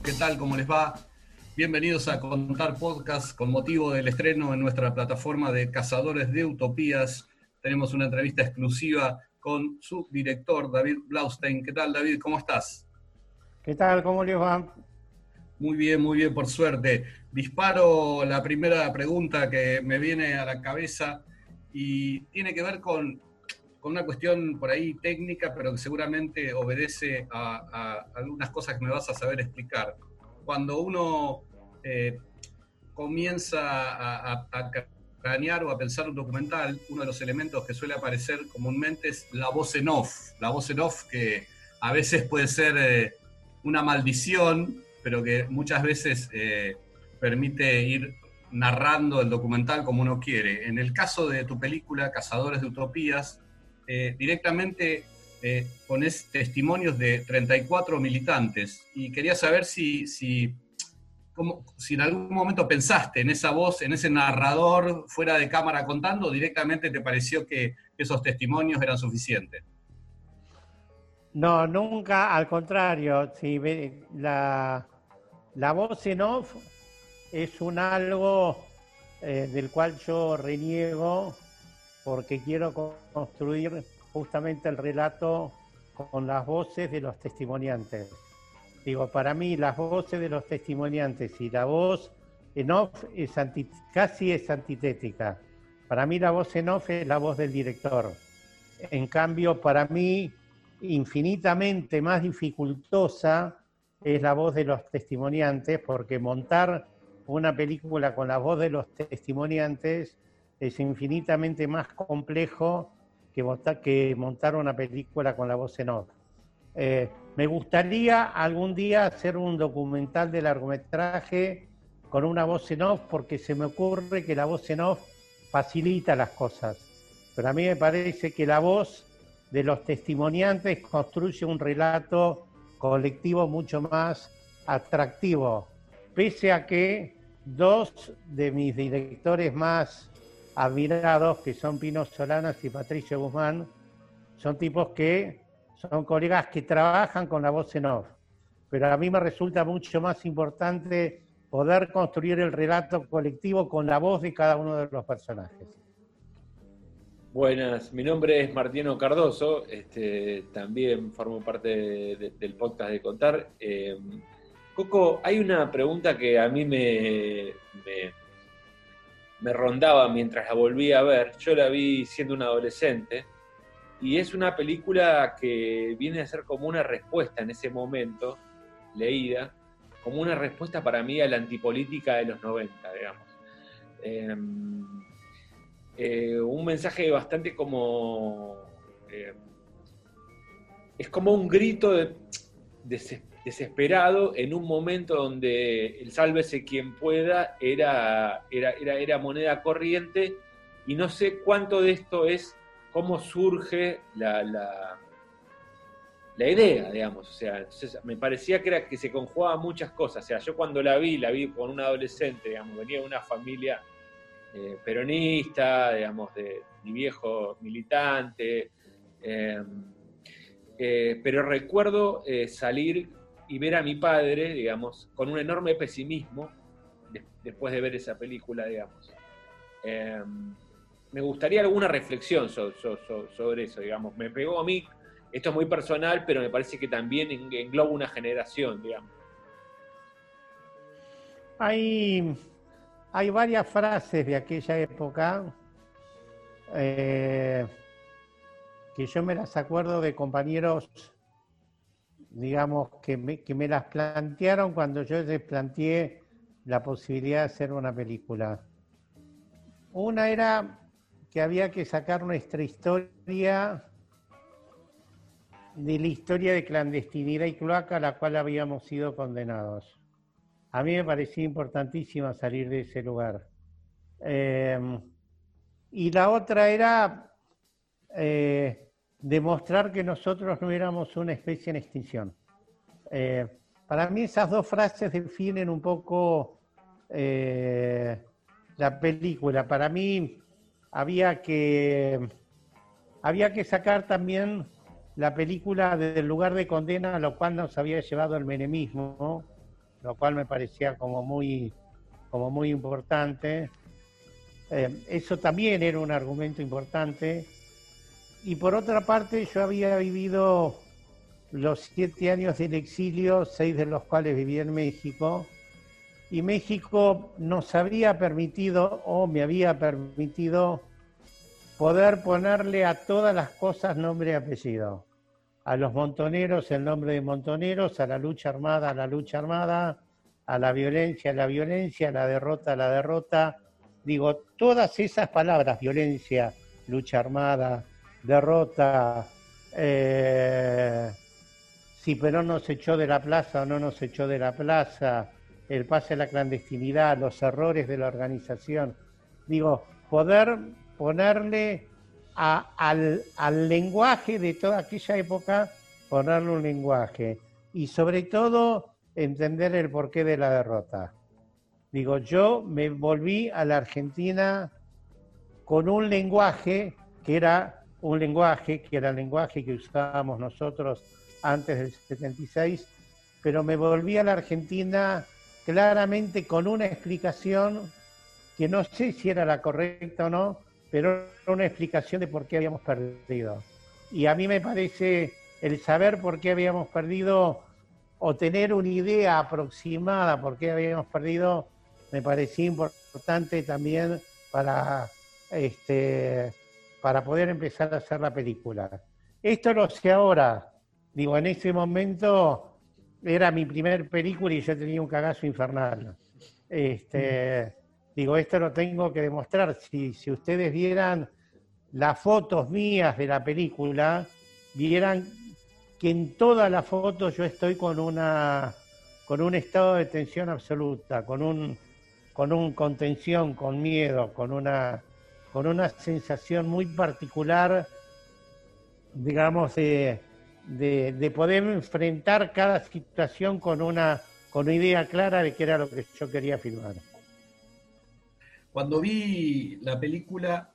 ¿Qué tal? ¿Cómo les va? Bienvenidos a Contar Podcast con motivo del estreno en nuestra plataforma de Cazadores de Utopías. Tenemos una entrevista exclusiva con su director, David Blaustein. ¿Qué tal, David? ¿Cómo estás? ¿Qué tal? ¿Cómo les va? Muy bien, por suerte. Disparo la primera pregunta que me viene a la cabeza y tiene que ver con una cuestión por ahí técnica, pero que seguramente obedece a algunas cosas que me vas a saber explicar. Cuando uno comienza a cranear o a pensar un documental, uno de los elementos que suele aparecer comúnmente es la voz en off. La voz en off que a veces puede ser una maldición, pero que muchas veces permite ir narrando el documental como uno quiere. En el caso de tu película, Cazadores de Utopías, directamente pones testimonios de 34 militantes y quería saber si en algún momento pensaste en esa voz, en ese narrador fuera de cámara contando, o directamente te pareció que esos testimonios eran suficientes. No, nunca, al contrario. Si la voz en off es un algo del cual yo reniego porque quiero construir justamente el relato con las voces de los testimoniantes. Digo, para mí las voces de los testimoniantes y la voz en off casi es antitética. Para mí la voz en off es la voz del director. En cambio, para mí, infinitamente más dificultosa es la voz de los testimoniantes, porque montar una película con la voz de los testimoniantes es infinitamente más complejo que montar una película con la voz en off. Me gustaría algún día hacer un documental de largometraje con una voz en off, porque se me ocurre que la voz en off facilita las cosas. Pero a mí me parece que la voz de los testimoniantes construye un relato colectivo mucho más atractivo, pese a que dos de mis directores más admirados, que son Pino Solanas y Patricio Guzmán, son tipos que son colegas que trabajan con la voz en off. Pero a mí me resulta mucho más importante poder construir el relato colectivo con la voz de cada uno de los personajes. Buenas, mi nombre es Martino Cardoso, también formo parte del podcast de Contar. Coco, hay una pregunta que a mí me rondaba mientras la volví a ver. Yo la vi siendo un adolescente y es una película que viene a ser como una respuesta en ese momento, leída, como una respuesta para mí a la antipolítica de los 90, digamos. Un mensaje bastante como... es como un grito desesperado en un momento donde el sálvese quien pueda era moneda corriente, y no sé cuánto de esto es cómo surge la idea, digamos. O sea, entonces me parecía que se conjugaban muchas cosas. O sea, yo cuando la vi con un adolescente, digamos, venía de una familia peronista, digamos, de mi viejo militante, pero recuerdo salir y ver a mi padre, digamos, con un enorme pesimismo después de ver esa película, digamos. Me gustaría alguna reflexión sobre eso, digamos. Me pegó a mí, esto es muy personal, pero me parece que también engloba una generación, digamos. Hay varias frases de aquella época que yo me las acuerdo de compañeros, digamos, que me las plantearon cuando yo les planteé la posibilidad de hacer una película. Una era que había que sacar nuestra historia de la historia de clandestinidad y cloaca a la cual habíamos sido condenados. A mí me parecía importantísimo salir de ese lugar. Y la otra era demostrar que nosotros no éramos una especie en extinción. Para mí esas dos frases definen un poco la película. Para mí había que sacar también la película del lugar de condena a lo cual nos había llevado el menemismo, lo cual me parecía como muy importante. Eso también era un argumento importante. Y por otra parte, yo había vivido los 7 años del exilio, 6 de los cuales viví en México, y México nos había permitido, o me había permitido, poder ponerle a todas las cosas nombre y apellido. A los montoneros el nombre de montoneros, a la lucha armada, a la violencia, a la derrota. Digo, todas esas palabras, violencia, lucha armada, derrota, si Perón nos echó de la plaza o no nos echó de la plaza, el pase a la clandestinidad, los errores de la organización. Digo, poder ponerle al lenguaje de toda aquella época, ponerle un lenguaje. Y sobre todo, entender el porqué de la derrota. Digo, yo me volví a la Argentina con un lenguaje que era el lenguaje que usábamos nosotros antes del 76, pero me volví a la Argentina claramente con una explicación que no sé si era la correcta o no, pero era una explicación de por qué habíamos perdido. Y a mí me parece el saber por qué habíamos perdido o tener una idea aproximada por qué habíamos perdido, me parecía importante también para poder empezar a hacer la película. Esto lo sé ahora. Digo, en ese momento era mi primer película y yo tenía un cagazo infernal. Digo, esto lo tengo que demostrar. Si ustedes vieran las fotos mías de la película, vieran que en todas las fotos yo estoy con un estado de tensión absoluta, con contención, con miedo, con una sensación muy particular, digamos, de poder enfrentar cada situación con una idea clara de qué era lo que yo quería filmar. Cuando vi la película,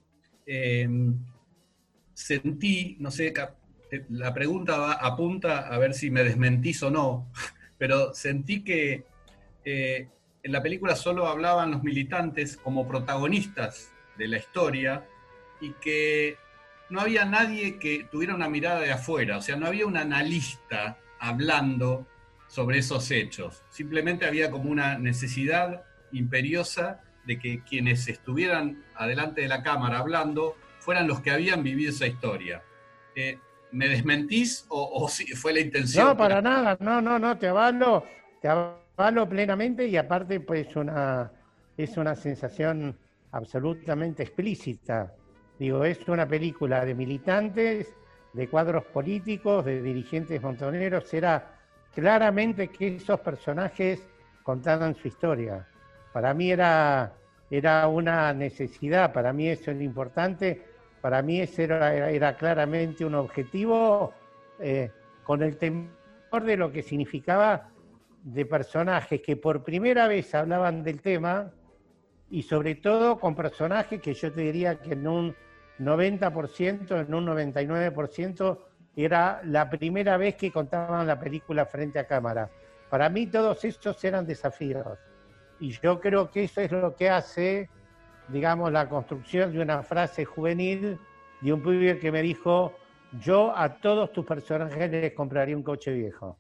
sentí, no sé, la pregunta apunta a ver si me desmentís o no, pero sentí que en la película solo hablaban los militantes como protagonistas de la historia y que no había nadie que tuviera una mirada de afuera, o sea, no había un analista hablando sobre esos hechos. Simplemente había como una necesidad imperiosa de que quienes estuvieran adelante de la cámara hablando fueran los que habían vivido esa historia. ¿Me desmentís o sí fue la intención? No, para nada, no, te avalo plenamente y aparte pues es una sensación absolutamente explícita. Digo, es una película de militantes, de cuadros políticos, de dirigentes montoneros. Era claramente que esos personajes contaban su historia. Para mí era una necesidad, para mí eso era importante, para mí ese era claramente un objetivo, con el temor de lo que significaba de personajes que por primera vez hablaban del tema y sobre todo con personajes que yo te diría que en un 90%, en un 99% era la primera vez que contaban la película frente a cámara. Para mí todos estos eran desafíos y yo creo que eso es lo que hace, digamos, la construcción de una frase juvenil de un pibe que me dijo: yo a todos tus personajes les compraría un coche viejo.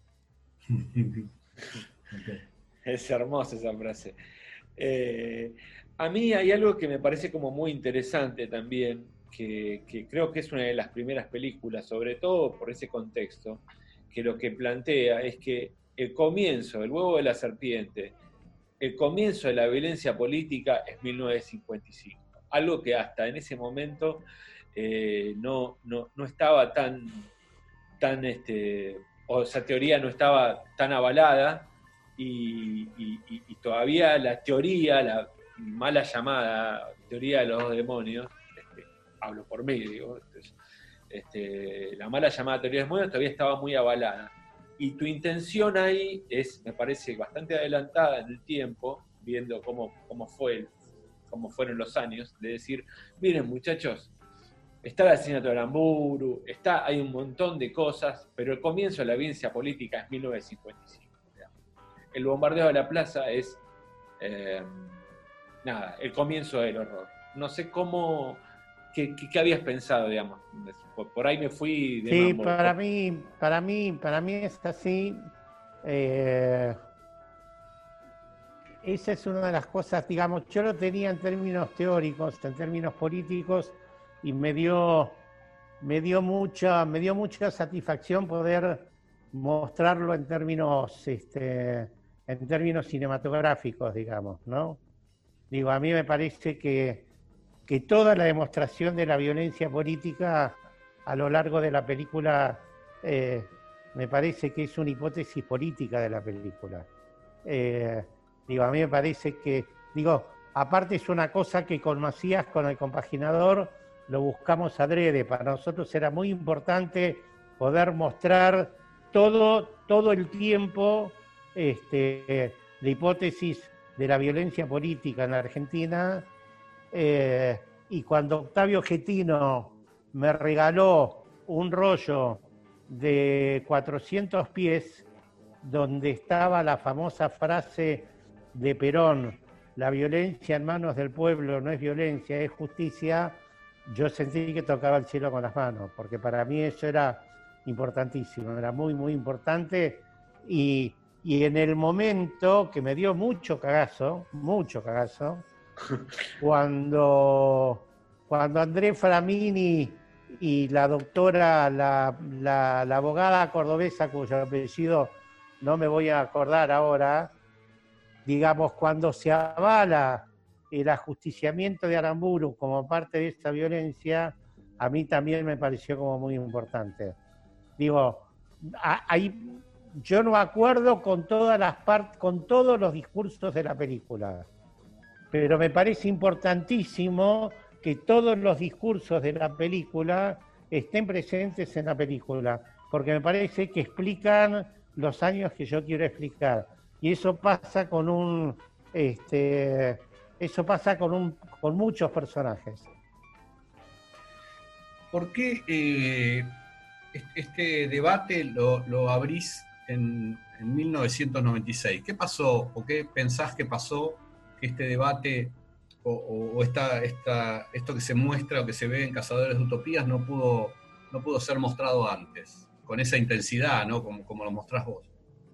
Es hermosa esa frase. A mí hay algo que me parece como muy interesante también, que creo que es una de las primeras películas, sobre todo por ese contexto, que lo que plantea es que el comienzo, el huevo de la serpiente, el comienzo de la violencia política es 1955. Algo que hasta en ese momento no estaba o esa teoría no estaba tan avalada y todavía la teoría, la mala llamada teoría de los dos demonios, hablo por mí, digo, la mala llamada teoría de los demonios todavía estaba muy avalada. Y tu intención ahí me parece bastante adelantada en el tiempo, viendo cómo fueron los años, de decir, miren muchachos, está el asesinato de Aramburu, hay un montón de cosas, pero el comienzo de la violencia política es 1955. el bombardeo de la plaza es, el comienzo del horror. No sé cómo, qué habías pensado, digamos. Por ahí me fui de Sí, mambo. para mí es así. Esa es una de las cosas, digamos, yo lo tenía en términos teóricos, en términos políticos, y me dio mucha satisfacción poder mostrarlo en términos cinematográficos, digamos, ¿no? Digo, a mí me parece que toda la demostración de la violencia política a lo largo de la película me parece que es una hipótesis política de la película. A mí me parece que, aparte es una cosa que con Macías, con el compaginador, lo buscamos adrede. Para nosotros era muy importante poder mostrar todo el tiempo la hipótesis de la violencia política en la Argentina. Y cuando Octavio Getino me regaló un rollo de 400 pies donde estaba la famosa frase de Perón, la violencia en manos del pueblo no es violencia, es justicia, yo sentí que tocaba el cielo con las manos, porque para mí eso era importantísimo, era muy, muy importante, y en el momento que me dio mucho cagazo, cuando André Framini y la doctora, la abogada cordobesa, cuyo apellido no me voy a acordar ahora, digamos, cuando se avala el ajusticiamiento de Aramburu como parte de esta violencia, a mí también me pareció como muy importante. Yo no acuerdo con con todos los discursos de la película, pero me parece importantísimo que todos los discursos de la película estén presentes en la película, porque me parece que explican los años que yo quiero explicar. Y eso pasa con muchos personajes. ¿Por qué este debate lo abrís en 1996? ¿Qué pasó o qué pensás que pasó que este debate esto que se muestra o que se ve en Cazadores de Utopías no pudo ser mostrado antes, con esa intensidad, ¿no? Como lo mostrás vos?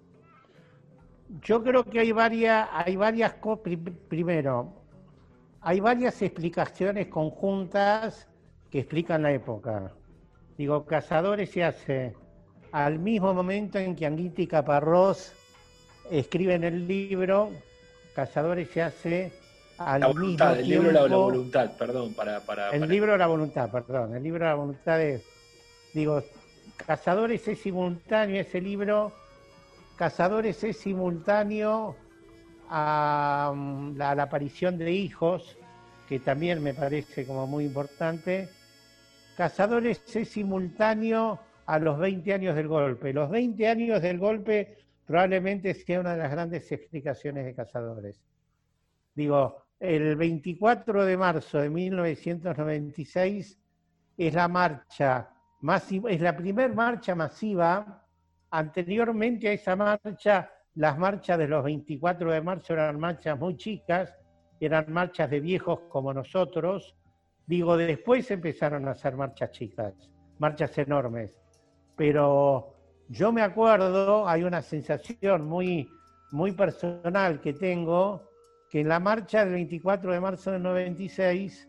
Yo creo que hay varias cosas. Primero, hay varias explicaciones conjuntas que explican la época. Cazadores se hace al mismo momento en que Anguita y Caparrós escriben el libro. Cazadores se hace al mismo tiempo. El libro La Voluntad, perdón. El libro La Voluntad, perdón. El libro La Voluntad es... Cazadores es simultáneo, ese libro... Cazadores es simultáneo a la aparición de Hijos, que también me parece como muy importante. Cazadores es simultáneo a los 20 años del golpe. Los 20 años del golpe probablemente sea una de las grandes explicaciones de Cazadores. El 24 de marzo de 1996 es la primera marcha masiva. Anteriormente a esa marcha, las marchas de los 24 de marzo eran marchas muy chicas, eran marchas de viejos como nosotros. Después empezaron a hacer marchas chicas, marchas enormes. Pero yo me acuerdo, hay una sensación muy, muy personal que tengo, que en la marcha del 24 de marzo del 96,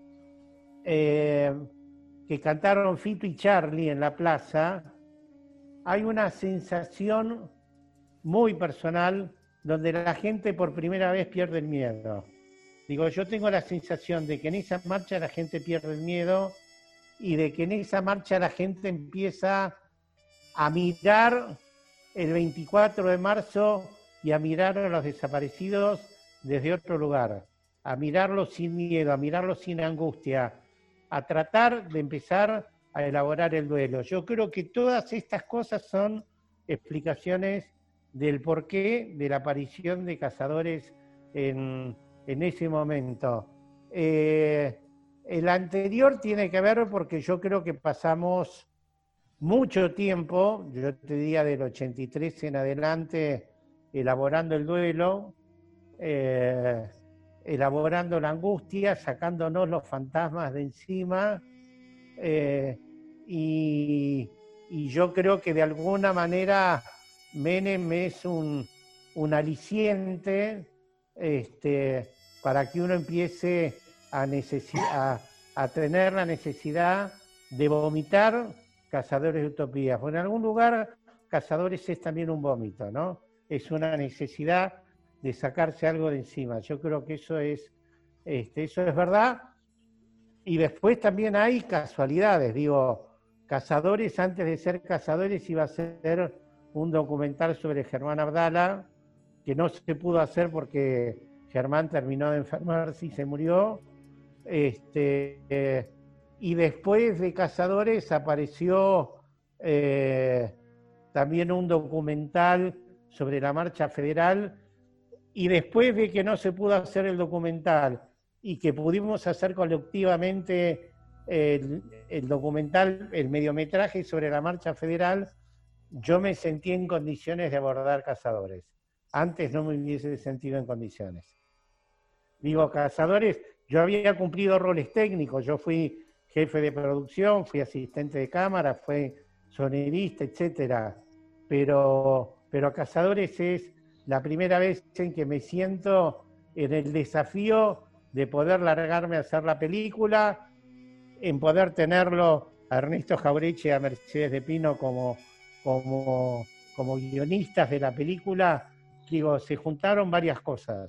que cantaron Fito y Charlie en la plaza, hay una sensación muy personal donde la gente por primera vez pierde el miedo. Yo tengo la sensación de que en esa marcha la gente pierde el miedo y de que en esa marcha la gente empieza a mirar el 24 de marzo y a mirar a los desaparecidos desde otro lugar, a mirarlos sin miedo, a mirarlos sin angustia, a tratar de empezar a elaborar el duelo. Yo creo que todas estas cosas son explicaciones del porqué de la aparición de Cazadores en ese momento. El anterior tiene que ver porque yo creo que pasamos mucho tiempo, yo te diría del 83 en adelante, elaborando el duelo, elaborando la angustia, sacándonos los fantasmas de encima, y yo creo que de alguna manera Menem es un aliciente para que uno empiece a tener la necesidad de vomitar Cazadores de Utopías. Bueno, en algún lugar Cazadores es también un vómito, ¿no? Es una necesidad de sacarse algo de encima. Yo creo que eso es verdad. Y después también hay casualidades. Digo, Cazadores, antes de ser Cazadores, iba a ser un documental sobre Germán Abdala, que no se pudo hacer porque Germán terminó de enfermarse y se murió. Y después de Cazadores apareció también un documental sobre la marcha federal, y después de que no se pudo hacer el documental y que pudimos hacer colectivamente el documental, el mediometraje sobre la marcha federal, yo me sentí en condiciones de abordar Cazadores. Antes no me hubiese sentido en condiciones. Digo, Cazadores, yo había cumplido roles técnicos, yo fui jefe de producción, fui asistente de cámara, fui sonidista, etcétera. Pero Cazadores es la primera vez en que me siento en el desafío de poder largarme a hacer la película, en poder tenerlo a Ernesto Jaureche y a Mercedes de Pino como guionistas de la película. Digo, se juntaron varias cosas.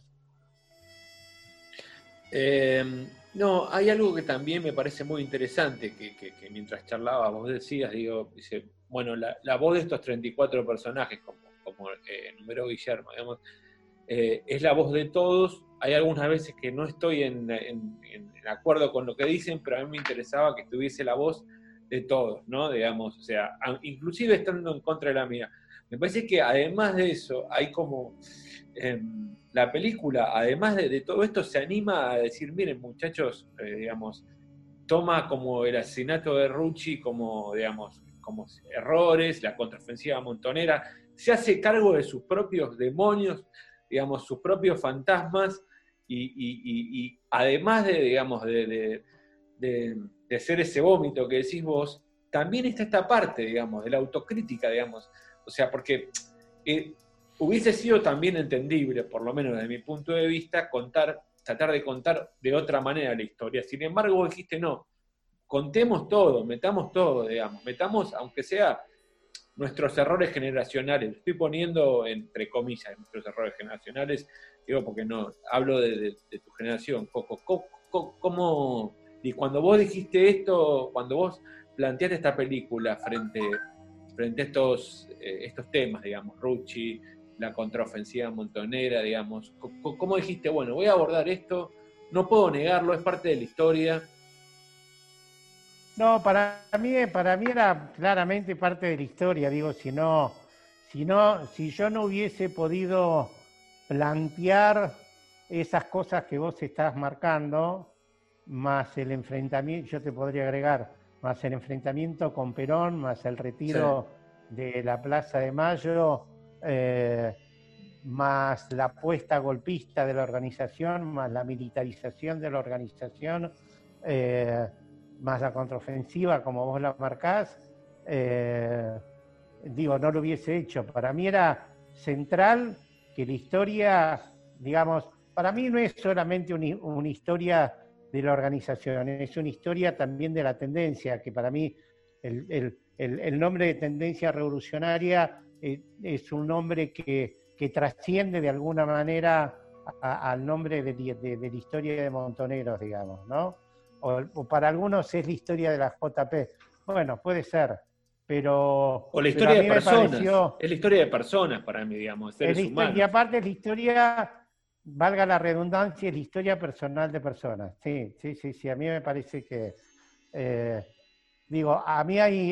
No, hay algo que también me parece muy interesante, que mientras charlabas vos decías, digo, dice, bueno, la voz de estos 34 personajes, como numeró Guillermo, digamos, es la voz de todos. Hay algunas veces que no estoy en acuerdo con lo que dicen, pero a mí me interesaba que estuviese la voz de todos, ¿no? Digamos, o sea, inclusive estando en contra de la mía. Me parece que además de eso, hay como... la película, además de todo esto, se anima a decir, miren muchachos, digamos, toma como el asesinato de Rucci como, digamos, como errores, la contraofensiva montonera, se hace cargo de sus propios demonios, digamos, sus propios fantasmas, y además de, digamos, de hacer ese vómito que decís vos, también está esta parte, digamos, de la autocrítica, digamos, o sea, porque hubiese sido también entendible, por lo menos desde mi punto de vista, tratar de contar de otra manera la historia. Sin embargo, vos dijiste, no, contemos todo, metamos todo, digamos, metamos, aunque sea nuestros errores generacionales, estoy poniendo entre comillas nuestros errores generacionales, digo porque no, hablo de tu generación, Coco, ¿cómo? Y cuando vos dijiste esto, cuando vos planteaste esta película frente a estos temas, digamos, Rucci, la contraofensiva montonera, digamos, ¿cómo dijiste, bueno, voy a abordar esto, no puedo negarlo, es parte de la historia? No, para mí era claramente parte de la historia. Digo, si yo no hubiese podido plantear esas cosas que vos estás marcando, más el enfrentamiento, yo te podría agregar, más el enfrentamiento con Perón, más el retiro de la Plaza de Mayo, más la apuesta golpista de la organización, más la militarización de la organización, más la contraofensiva, como vos la marcás, digo, no lo hubiese hecho. Para mí era central que la historia, digamos, para mí no es solamente una historia de la organización, es una historia también de la tendencia, que para mí el nombre de tendencia revolucionaria es un nombre que trasciende de alguna manera al nombre de la historia de Montoneros, digamos, ¿no? O para algunos es la historia de la JP. Bueno, puede ser, pero... O la historia de personas. Pareció, es la historia de personas para mí, digamos, de seres humanos. Y aparte es la historia, valga la redundancia, es la historia personal de personas. Sí, a mí me parece que... digo, a mí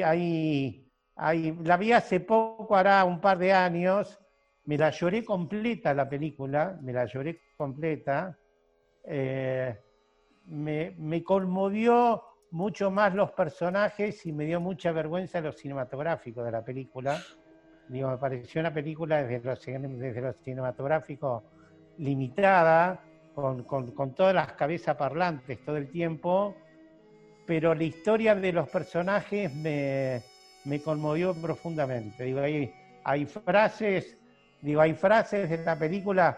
la vi hace poco, hará un par de años, me la lloré completa la película, me la lloré completa. Me conmovió mucho más los personajes y me dio mucha vergüenza lo cinematográfico de la película. Digo, me pareció una película desde lo cinematográfico limitada, con todas las cabezas parlantes todo el tiempo, pero la historia de los personajes me conmovió profundamente. Digo, hay frases, hay frases de la película,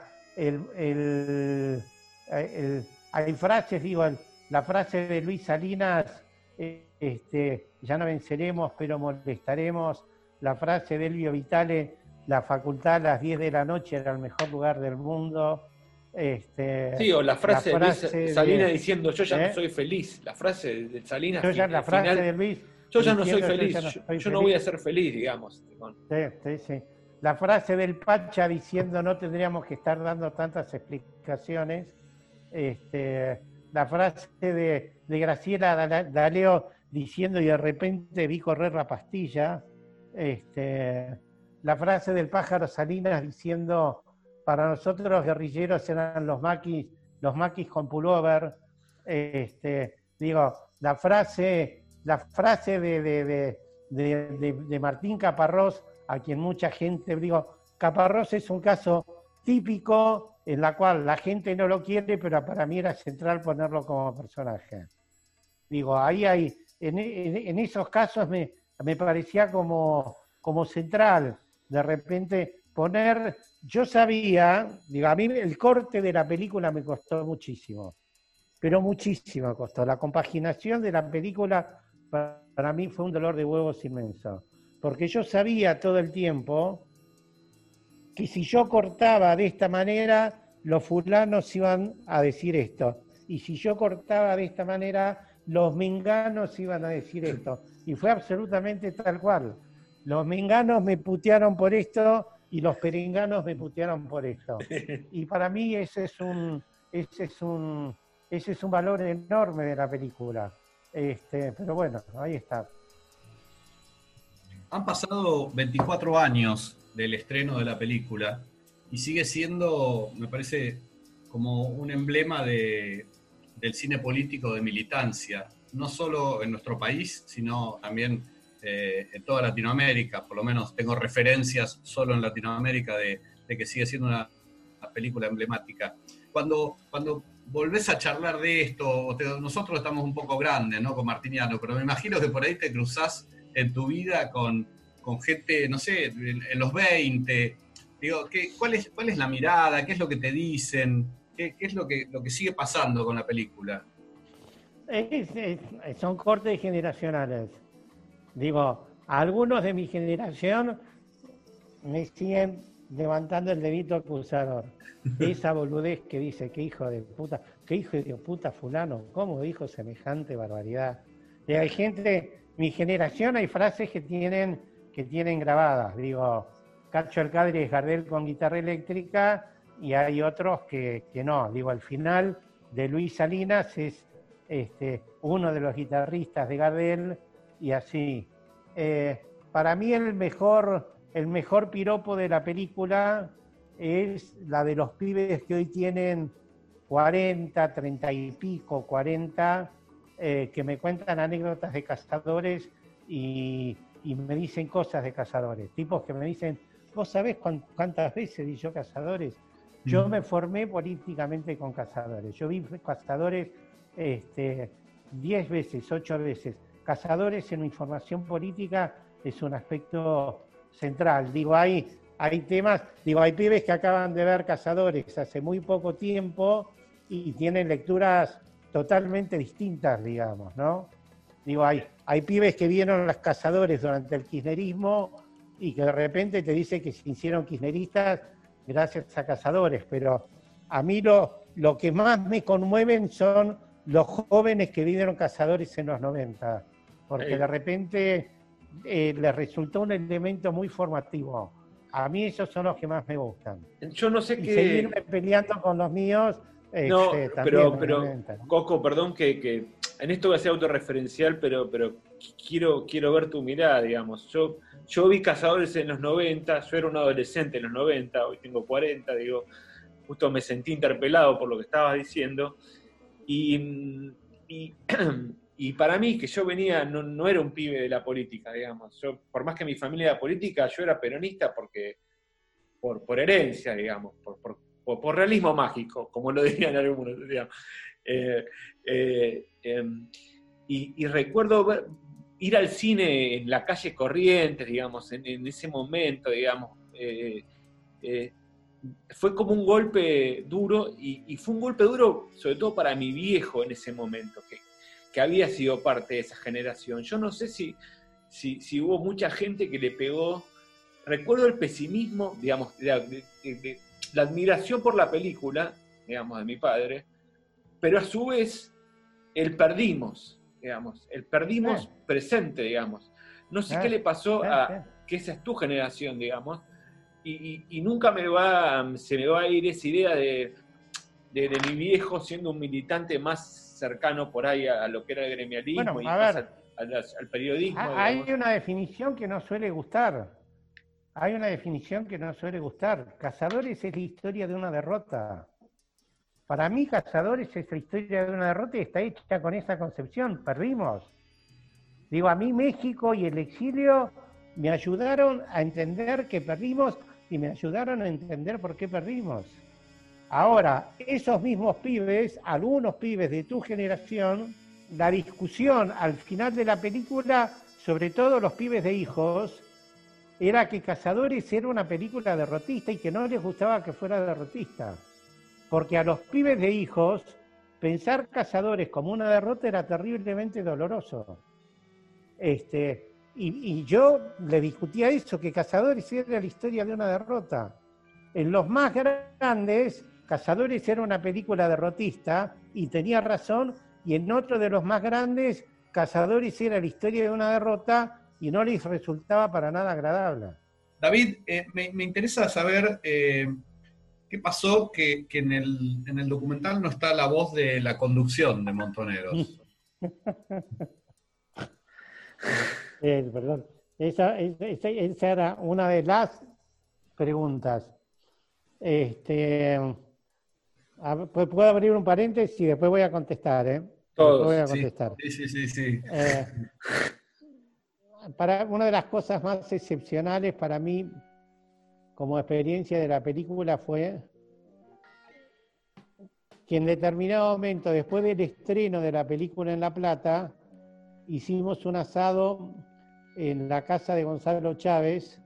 hay frases, la frase de Luis Salinas, ya no venceremos, pero molestaremos. La frase de Elvio Vitale, la facultad a las 10 de la noche era el mejor lugar del mundo. Sí, o la frase de Luis Salinas diciendo, yo ya ¿eh? no soy feliz. La frase de Salinas La frase final, de Luis, yo ya no soy feliz, yo no voy a ser feliz, digamos. Sí. La frase del Pacha diciendo no tendríamos que estar dando tantas explicaciones. La frase de Graciela D'Aleo diciendo y de repente vi correr la pastilla. La frase del pájaro Salinas diciendo para nosotros los guerrilleros eran los maquis con pullover. La frase de Martín Caparrós, a quien mucha gente, Caparrós es un caso típico en la cual la gente no lo quiere, pero para mí era central ponerlo como personaje. Ahí hay, en esos casos me parecía como central, de repente poner, yo sabía, a mí el corte de la película me costó muchísimo, pero muchísimo costó. La compaginación de la película para mí fue un dolor de huevos inmenso, porque yo sabía todo el tiempo que si yo cortaba de esta manera, los fulanos iban a decir esto, y si yo cortaba de esta manera, los menganos iban a decir esto, y fue absolutamente tal cual. Los menganos me putearon por esto y los perenganos me putearon por esto. Y para mí ese es un valor enorme de la película. Pero bueno, ahí está. Han pasado 24 años del estreno de la película y sigue siendo, me parece, como un emblema del cine político de militancia, no solo en nuestro país, sino también en toda Latinoamérica. Por lo menos tengo referencias solo en Latinoamérica de que sigue siendo una película emblemática. Cuando volvés a charlar de esto, nosotros estamos un poco grandes, ¿no? Con Martiniano, pero me imagino que por ahí te cruzás en tu vida con gente, no sé, en los 20. Digo, ¿cuál es la mirada? ¿Qué es lo que te dicen? ¿Qué es lo que sigue pasando con la película? Son cortes generacionales. Algunos de mi generación me siguen levantando el dedito acusador. Esa boludez que dice, qué hijo de puta fulano, ¿cómo dijo semejante barbaridad? Y hay gente, mi generación, hay frases que tienen grabadas. Cacho Alcadre es Gardel con guitarra eléctrica y hay otros que no. Al final de Luis Salinas es uno de los guitarristas de Gardel y así. Para mí el mejor piropo de la película es la de los pibes que hoy tienen 40, 30 y pico, 40, que me cuentan anécdotas de cazadores y me dicen cosas de cazadores. Tipos que me dicen, ¿vos sabés cuántas veces vi yo cazadores? Yo me formé políticamente con cazadores. Yo vi cazadores 10 veces, 8 veces. Cazadores en información política es un aspecto central. Hay temas, hay pibes que acaban de ver Cazadores hace muy poco tiempo y tienen lecturas totalmente distintas, digamos, ¿no? Hay pibes que vieron los Cazadores durante el kirchnerismo y que de repente te dicen que se hicieron kirchneristas gracias a Cazadores, pero a mí lo que más me conmueven son los jóvenes que vieron Cazadores en los 90, porque de repente les resultó un elemento muy formativo. A mí esos son los que más me gustan. Yo no sé qué... Seguirme peleando con los míos. No, pero Coco, perdón que en esto voy a ser autorreferencial, pero quiero ver tu mirada, digamos. Yo vi Cazadores en los 90, yo era un adolescente en los 90, hoy tengo 40, justo me sentí interpelado por lo que estabas diciendo. Y Y para mí, que yo venía, no era un pibe de la política, digamos. Yo, por más que mi familia era política, yo era peronista porque por herencia, digamos, por realismo mágico, como lo dirían algunos, digamos. Y recuerdo ir al cine en la calle Corrientes, digamos, en ese momento, digamos, fue como un golpe duro, y fue un golpe duro sobre todo para mi viejo en ese momento, que había sido parte de esa generación. Yo no sé si hubo mucha gente que le pegó. Recuerdo el pesimismo, digamos, la admiración por la película, digamos, de mi padre, pero a su vez el perdimos presente, digamos. No sé qué le pasó que esa es tu generación, digamos, y nunca se me va a ir esa idea de mi viejo siendo un militante más cercano por ahí a lo que era el gremialismo, bueno, y más al periodismo. Hay una definición que no suele gustar. Cazadores es la historia de una derrota. Para mí, Cazadores es la historia de una derrota y está hecha con esa concepción. Perdimos. Digo, a mí México y el exilio me ayudaron a entender que perdimos y me ayudaron a entender por qué perdimos. Ahora, esos mismos pibes, algunos pibes de tu generación, la discusión al final de la película, sobre todo los pibes de Hijos, era que Cazadores era una película derrotista y que no les gustaba que fuera derrotista. Porque a los pibes de Hijos, pensar Cazadores como una derrota era terriblemente doloroso. Y yo le discutía eso, que Cazadores era la historia de una derrota. En los más grandes, Cazadores era una película derrotista y tenía razón, y en otro de los más grandes, Cazadores era la historia de una derrota y no les resultaba para nada agradable. David, me interesa saber qué pasó que en el documental no está la voz de la conducción de Montoneros. Perdón, esa era una de las preguntas. ¿Puedo abrir un paréntesis y después voy a contestar? Todos. Voy a contestar. Sí. Una de las cosas más excepcionales para mí como experiencia de la película fue que en determinado momento, después del estreno de la película en La Plata, hicimos un asado en la casa de Gonzalo Chávez,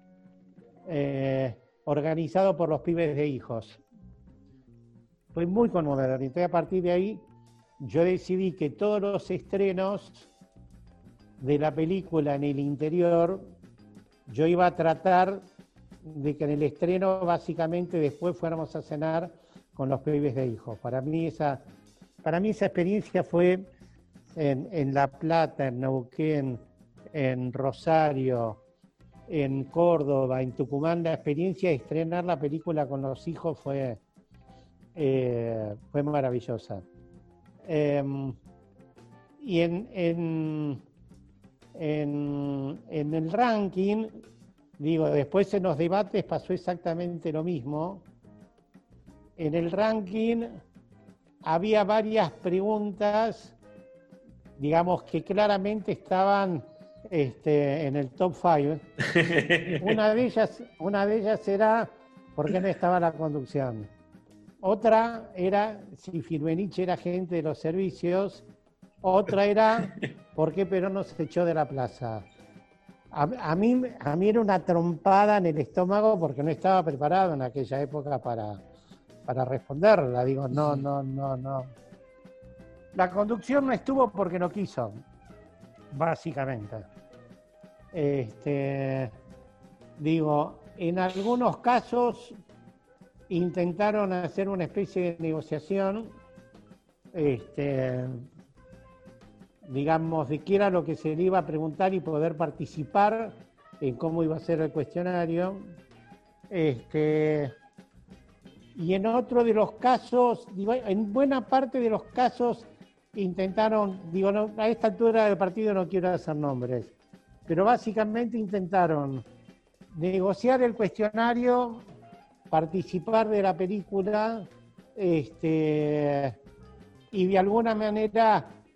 organizado por los pibes de Hijos. Fue muy conmovedor. Entonces, a partir de ahí, yo decidí que todos los estrenos de la película en el interior, yo iba a tratar de que en el estreno, básicamente, después fuéramos a cenar con los pibes de Hijos. Para mí esa experiencia fue en La Plata, en Neuquén, en Rosario, en Córdoba, en Tucumán. La experiencia de estrenar la película con los hijos fue maravillosa. Y en el ranking, digo, después en los debates pasó exactamente lo mismo. En el ranking había varias preguntas, digamos, que claramente estaban en el top 5. Una de ellas era ¿por qué no estaba la conducción? Otra era si Firmenich era agente de los servicios. Otra era ¿por qué Perón no se echó de la plaza? A mí era una trompada en el estómago porque no estaba preparado en aquella época para responderla. Digo, no. La conducción no estuvo porque no quiso, básicamente. Digo, en algunos casos intentaron hacer una especie de negociación, digamos, de qué era lo que se le iba a preguntar y poder participar en cómo iba a ser el cuestionario. Y en otro de los casos, en buena parte de los casos intentaron, a esta altura del partido no quiero hacer nombres, pero básicamente intentaron negociar el cuestionario, participar de la película, y de alguna manera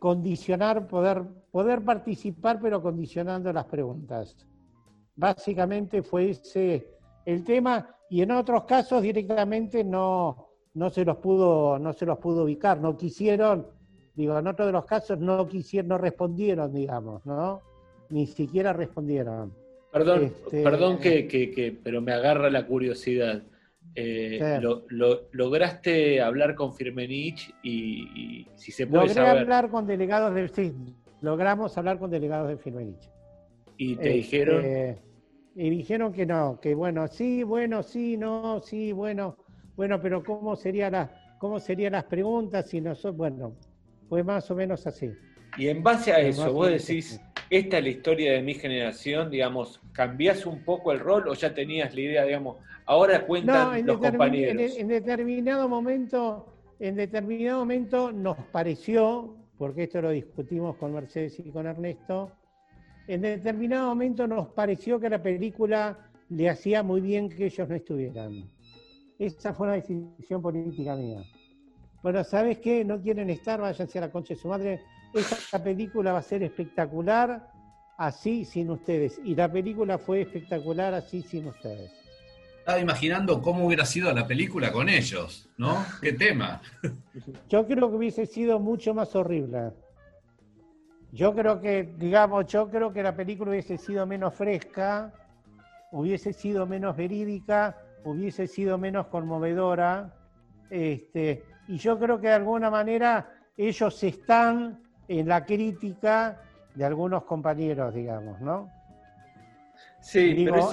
condicionar, poder participar, pero condicionando las preguntas. Básicamente fue ese el tema, y en otros casos directamente no se los pudo ubicar, no quisieron, digo, en otros de los casos no respondieron, digamos, ¿no? Ni siquiera respondieron. Perdón pero me agarra la curiosidad. Sí. ¿Lograste hablar con Firmenich y si se puede Logré saber? hablar con delegados del sí, logramos hablar con delegados de Firmenich. ¿Y te dijeron? Y dijeron que no, que bueno, sí, no, sí, bueno, pero ¿cómo serían las preguntas? Si nosotros, bueno, fue más o menos así. Y en base a eso, vos decís, esta es la historia de mi generación, digamos, ¿cambiás un poco el rol o ya tenías la idea, digamos, ahora cuentan los compañeros? En determinado momento nos pareció, porque esto lo discutimos con Mercedes y con Ernesto, en determinado momento nos pareció que a la película le hacía muy bien que ellos no estuvieran. Esa fue una decisión política mía. Bueno, ¿sabes qué? No quieren estar, váyanse a la concha de su madre. Esta película va a ser espectacular así sin ustedes. Y la película fue espectacular así sin ustedes. Estaba imaginando cómo hubiera sido la película con ellos, ¿no? ¿Qué tema? Yo creo que hubiese sido mucho más horrible. Yo creo que la película hubiese sido menos fresca, hubiese sido menos verídica, hubiese sido menos conmovedora. Y yo creo que de alguna manera ellos están en la crítica de algunos compañeros, digamos, ¿no? Sí, pero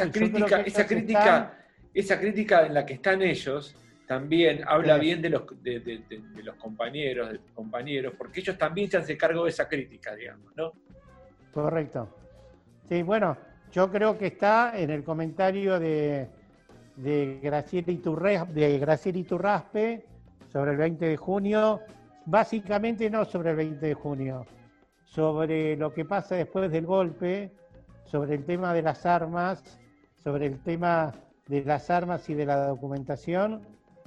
esa crítica en la que están ellos también habla bien de los compañeros, porque ellos también se hacen cargo de esa crítica, digamos, ¿no? Correcto. Sí, bueno, yo creo que está en el comentario de Graciela Iturraspe sobre el 20 de junio, básicamente no sobre el 20 de junio, sobre lo que pasa después del golpe, sobre el tema de las armas, sobre el tema de las armas y de la documentación,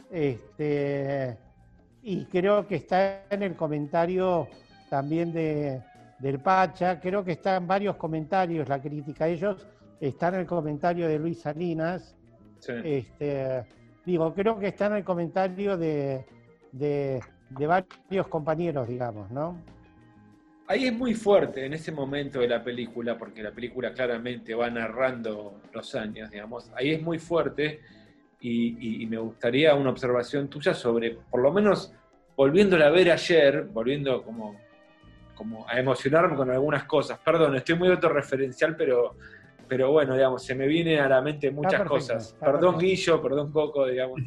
y creo que está en el comentario también del Pacha, creo que está en varios comentarios la crítica a ellos, está en el comentario de Luis Salinas, sí. Creo que está en el comentario de varios compañeros, digamos, ¿no? Ahí es muy fuerte en ese momento de la película, porque la película claramente va narrando los años, digamos. Ahí es muy fuerte y me gustaría una observación tuya sobre, por lo menos, volviéndola a ver ayer, volviendo como a emocionarme con algunas cosas. Perdón, estoy muy autorreferencial, pero bueno, digamos, se me vienen a la mente muchas cosas. Perdón, Guillo, perdón, Coco, digamos.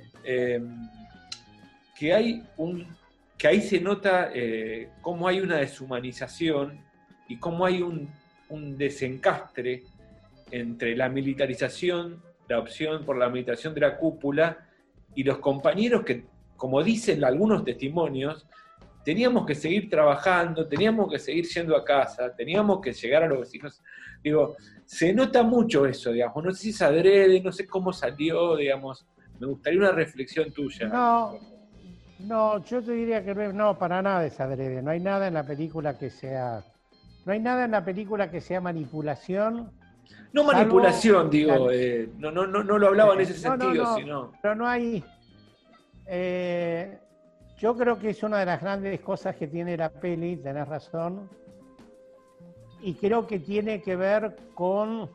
Que ahí se nota cómo hay una deshumanización y cómo hay un desencastre entre la militarización, la opción por la militarización de la cúpula y los compañeros que, como dicen algunos testimonios, teníamos que seguir trabajando, teníamos que seguir yendo a casa, teníamos que llegar a los vecinos. Digo, se nota mucho eso, digamos, no sé si es adrede, no sé cómo salió, digamos, me gustaría una reflexión tuya. No, yo te diría que no, para nada es adrede, no hay nada en la película que sea manipulación. No manipulación, digo, no lo hablaba en ese sentido, sino... Pero no hay... yo creo que es una de las grandes cosas que tiene la peli, tenés razón, y creo que tiene que ver con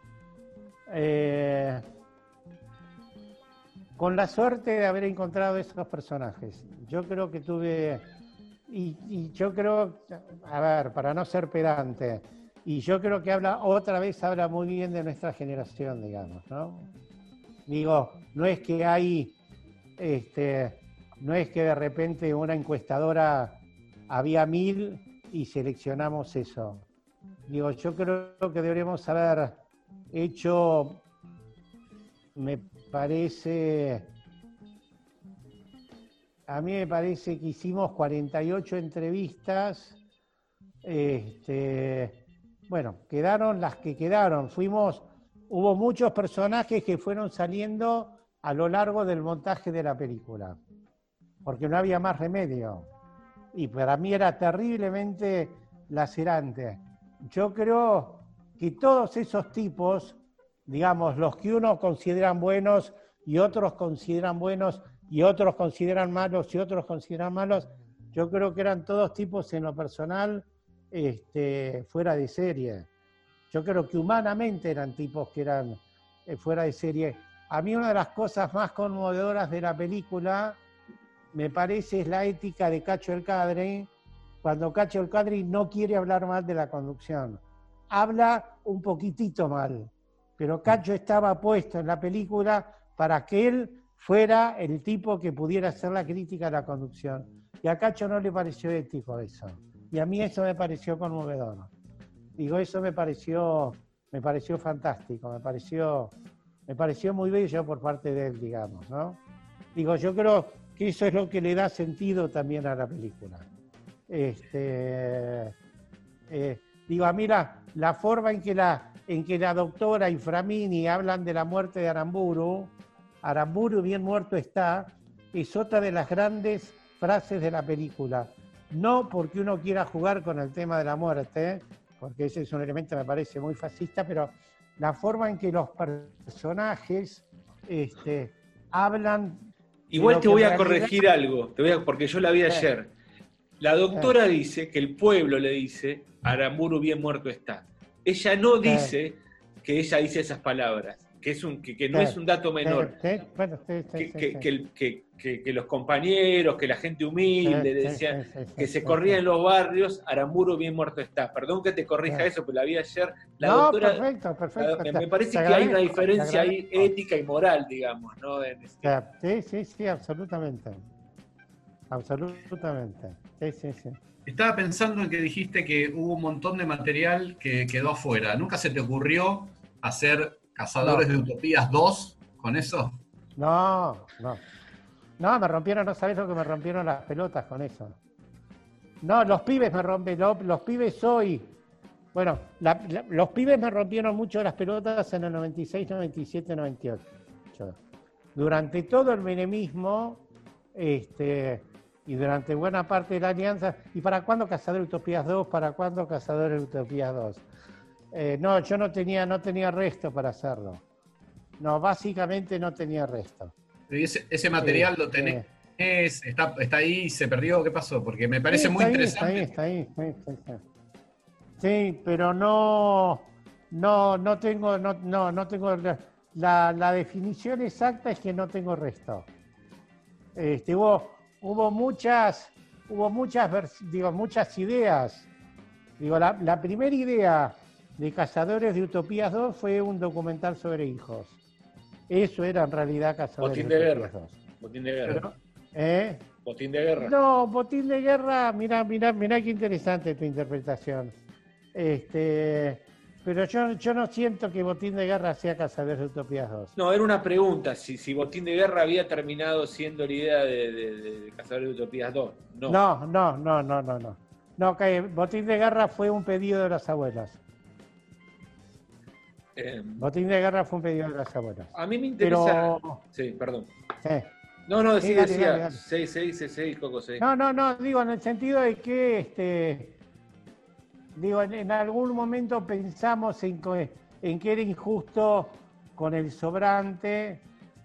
la suerte de haber encontrado esos personajes. Yo creo que tuve, y yo creo, a ver, para no ser pedante, y yo creo que habla muy bien de nuestra generación, digamos, ¿no? Digo, no es que de repente una encuestadora había 1000 y seleccionamos eso. Digo, yo creo que deberíamos haber hecho, a mí me parece que hicimos 48 entrevistas, bueno, quedaron las que quedaron, hubo muchos personajes que fueron saliendo a lo largo del montaje de la película, porque no había más remedio. y para mí era terriblemente lacerante. Yo creo que todos esos tipos, digamos, los que unos consideran buenos y otros consideran buenos y otros consideran malos y otros consideran malos, yo creo que eran todos tipos en lo personal fuera de serie. Yo creo que humanamente eran tipos que eran fuera de serie. A mí una de las cosas más conmovedoras de la película, me parece, es la ética de Cacho el Cadre, cuando Cacho el Cadre no quiere hablar mal de la conducción. Habla un poquitito mal, pero Cacho estaba puesto en la película para que él fuera el tipo que pudiera hacer la crítica a la conducción. Y a Cacho no le pareció ético eso. Y a mí eso me pareció conmovedor. Digo, eso me pareció fantástico, me pareció muy bello por parte de él, digamos, ¿no? Digo, yo creo que eso es lo que le da sentido también a la película. Digo, a mí la forma en que la doctora y Framini hablan de la muerte de Aramburu, Aramburu bien muerto está, es otra de las grandes frases de la película. No porque uno quiera jugar con el tema de la muerte, porque ese es un elemento que me parece muy fascista, pero la forma en que los personajes hablan... Igual te voy a corregir algo, porque yo la vi ayer. La doctora dice que el pueblo le dice, Aramburu bien muerto está. Ella no dice que ella dice esas palabras, que no es un dato menor. Que los compañeros, que la gente humilde decían que se corría en los barrios, Aramburu bien muerto está. Perdón que te corrija eso, pero la vi ayer. La doctora, perfecto. Me parece que hay una diferencia ahí ética y moral, digamos, ¿no? Sí, absolutamente. Absolutamente. Sí. Estaba pensando en que dijiste que hubo un montón de material que quedó afuera. ¿Nunca se te ocurrió hacer Cazadores de Utopías 2 con eso? No, me rompieron, no sabés lo que me rompieron las pelotas con eso. No, los pibes me rompen, los pibes hoy. Bueno, los pibes me rompieron mucho las pelotas en el 96, 97, 98. Durante todo el menemismo, y durante buena parte de la alianza. ¿Y para cuándo Cazadores de Utopías 2? ¿Para cuándo Cazadores de Utopías 2? No, yo no tenía resto para hacerlo. No, básicamente no tenía resto. ¿Y ese material lo tenés? ¿Está ahí? ¿Se perdió? ¿Qué pasó? Porque me parece muy interesante. Está ahí. Sí, pero no tengo la definición exacta es que no tengo resto. Hubo muchas ideas. Digo, la primera idea de Cazadores de Utopías 2 fue un documental sobre hijos. Eso era en realidad Cazadores de Utopías 2. Botín de guerra. Botín de guerra. No, Botín de guerra, mirá qué interesante tu interpretación. Pero yo no siento que Botín de guerra sea Cazadores de Utopías 2. No, era una pregunta, si Botín de guerra había terminado siendo la idea de Cazadores de Utopías 2. No. No, que Botín de guerra fue un pedido de las abuelas. Botín de guerra fue un pedido de las abuelas. A mí me interesa... Sí, perdón. Sí. No, sí, decía 6, Coco 6. No, digo, en el sentido de que en algún momento pensamos en que era injusto con el sobrante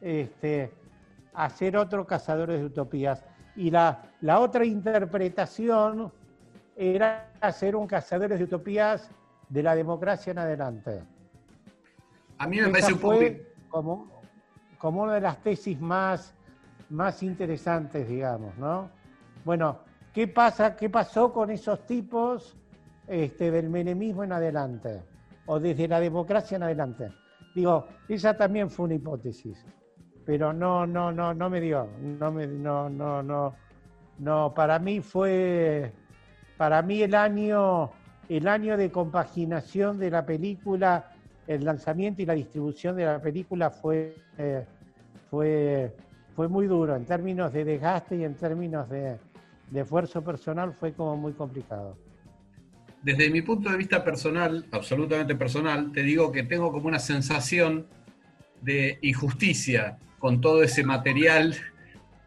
hacer otro Cazadores de Utopías. Y la otra interpretación era hacer un Cazadores de Utopías de la democracia en adelante. A mí me parece un poco... como una de las tesis más interesantes, digamos, ¿no? Bueno, ¿qué pasó con esos tipos del menemismo en adelante? O desde la democracia en adelante. Digo, esa también fue una hipótesis. Pero no me dio. No, para mí el año de compaginación de la película, el lanzamiento y la distribución de la película fue muy duro. En términos de desgaste y en términos de esfuerzo personal fue como muy complicado. Desde mi punto de vista personal, absolutamente personal, te digo que tengo como una sensación de injusticia con todo ese material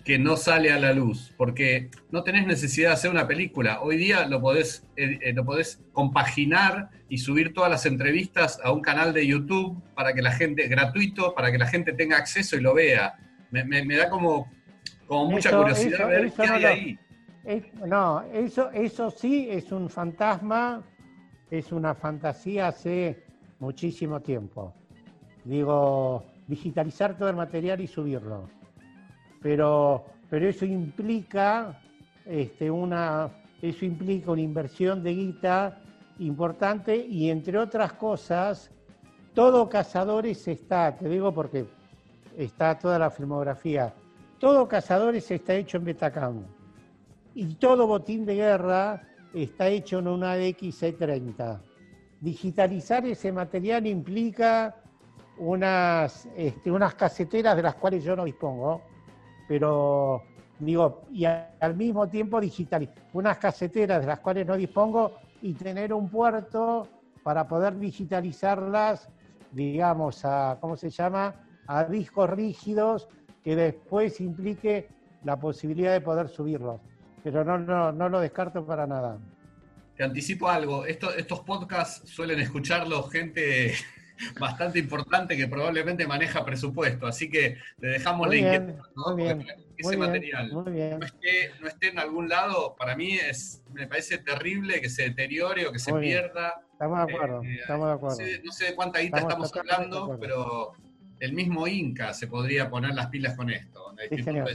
que no sale a la luz, porque no tenés necesidad de hacer una película. Hoy día lo podés compaginar y subir todas las entrevistas a un canal de YouTube para que la gente, gratuito, para que la gente tenga acceso y lo vea. Me da como mucha curiosidad ver qué hay ahí. No, eso sí es un fantasma, es una fantasía hace muchísimo tiempo. Digo, digitalizar todo el material y subirlo. Pero eso implica una inversión de guita importante y, entre otras cosas, todo Cazadores está, te digo porque está toda la filmografía, todo Cazadores está hecho en Betacam y todo Botín de Guerra está hecho en una DX-30. Digitalizar ese material implica unas caseteras de las cuales yo no dispongo, pero digo, y al mismo tiempo digitalizar unas caseteras de las cuales no dispongo y tener un puerto para poder digitalizarlas, digamos, ¿cómo se llama? A discos rígidos que después implique la posibilidad de poder subirlos. Pero no lo descarto para nada. Te anticipo algo, estos podcasts suelen escucharlos gente bastante importante que probablemente maneja presupuesto, así que le dejamos la inquietud, ¿no? Ese material no esté en algún lado, para mí me parece terrible que se deteriore o que se pierda. Estamos de acuerdo, estamos de acuerdo. No sé de cuánta guita estamos hablando, pero el mismo Inca se podría poner las pilas con esto. Sí, señor.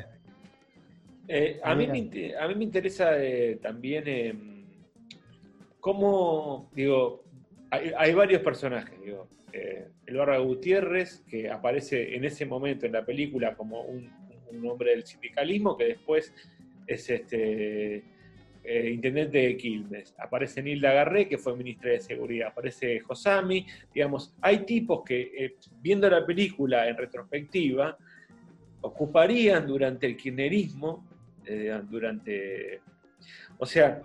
A mí me interesa también cómo, digo, hay varios personajes, digo. El Barba Gutiérrez, que aparece en ese momento en la película como un hombre del sindicalismo, que después es intendente de Quilmes. Aparece Nilda Garré, que fue ministra de Seguridad. Aparece Josami. Digamos, hay tipos que, viendo la película en retrospectiva, ocuparían durante el kirchnerismo, o sea,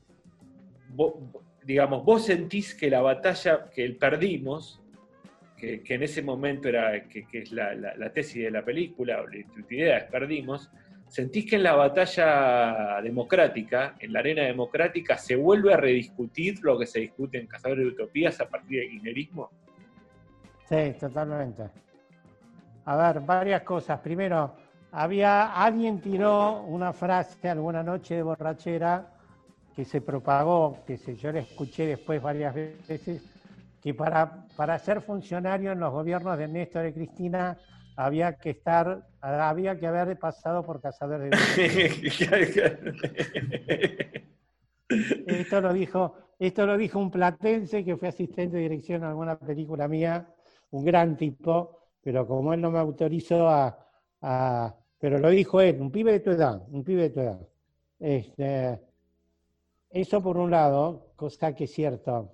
vos sentís que la batalla que perdimos, que en ese momento era, que es la tesis de la película, o la idea es perdimos, sentís que en la batalla democrática, en la arena democrática, se vuelve a rediscutir lo que se discute en Cazadores de Utopías a partir del kirchnerismo. Sí, totalmente. A ver, varias cosas. Primero, alguien tiró una frase alguna noche de borrachera que se propagó, yo la escuché después varias veces, que para ser funcionario en los gobiernos de Néstor y Cristina había que haber pasado por Cazadores de Utopías. Esto lo dijo un platense que fue asistente de dirección a alguna película mía, un gran tipo, pero como él no me autorizó pero lo dijo él, un pibe de tu edad. Eso por un lado, cosa que es cierto.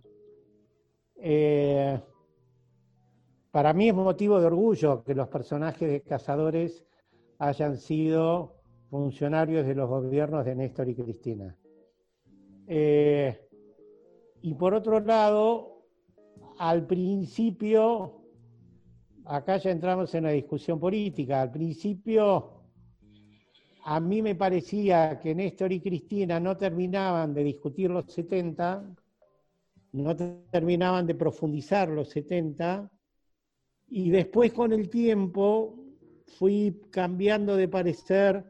Para mí es motivo de orgullo que los personajes de Cazadores hayan sido funcionarios de los gobiernos de Néstor y Cristina. Y por otro lado, al principio, acá ya entramos en la discusión política, al principio a mí me parecía que Néstor y Cristina no terminaban de discutir los 70, no terminaban de profundizar los 70, y después con el tiempo fui cambiando de parecer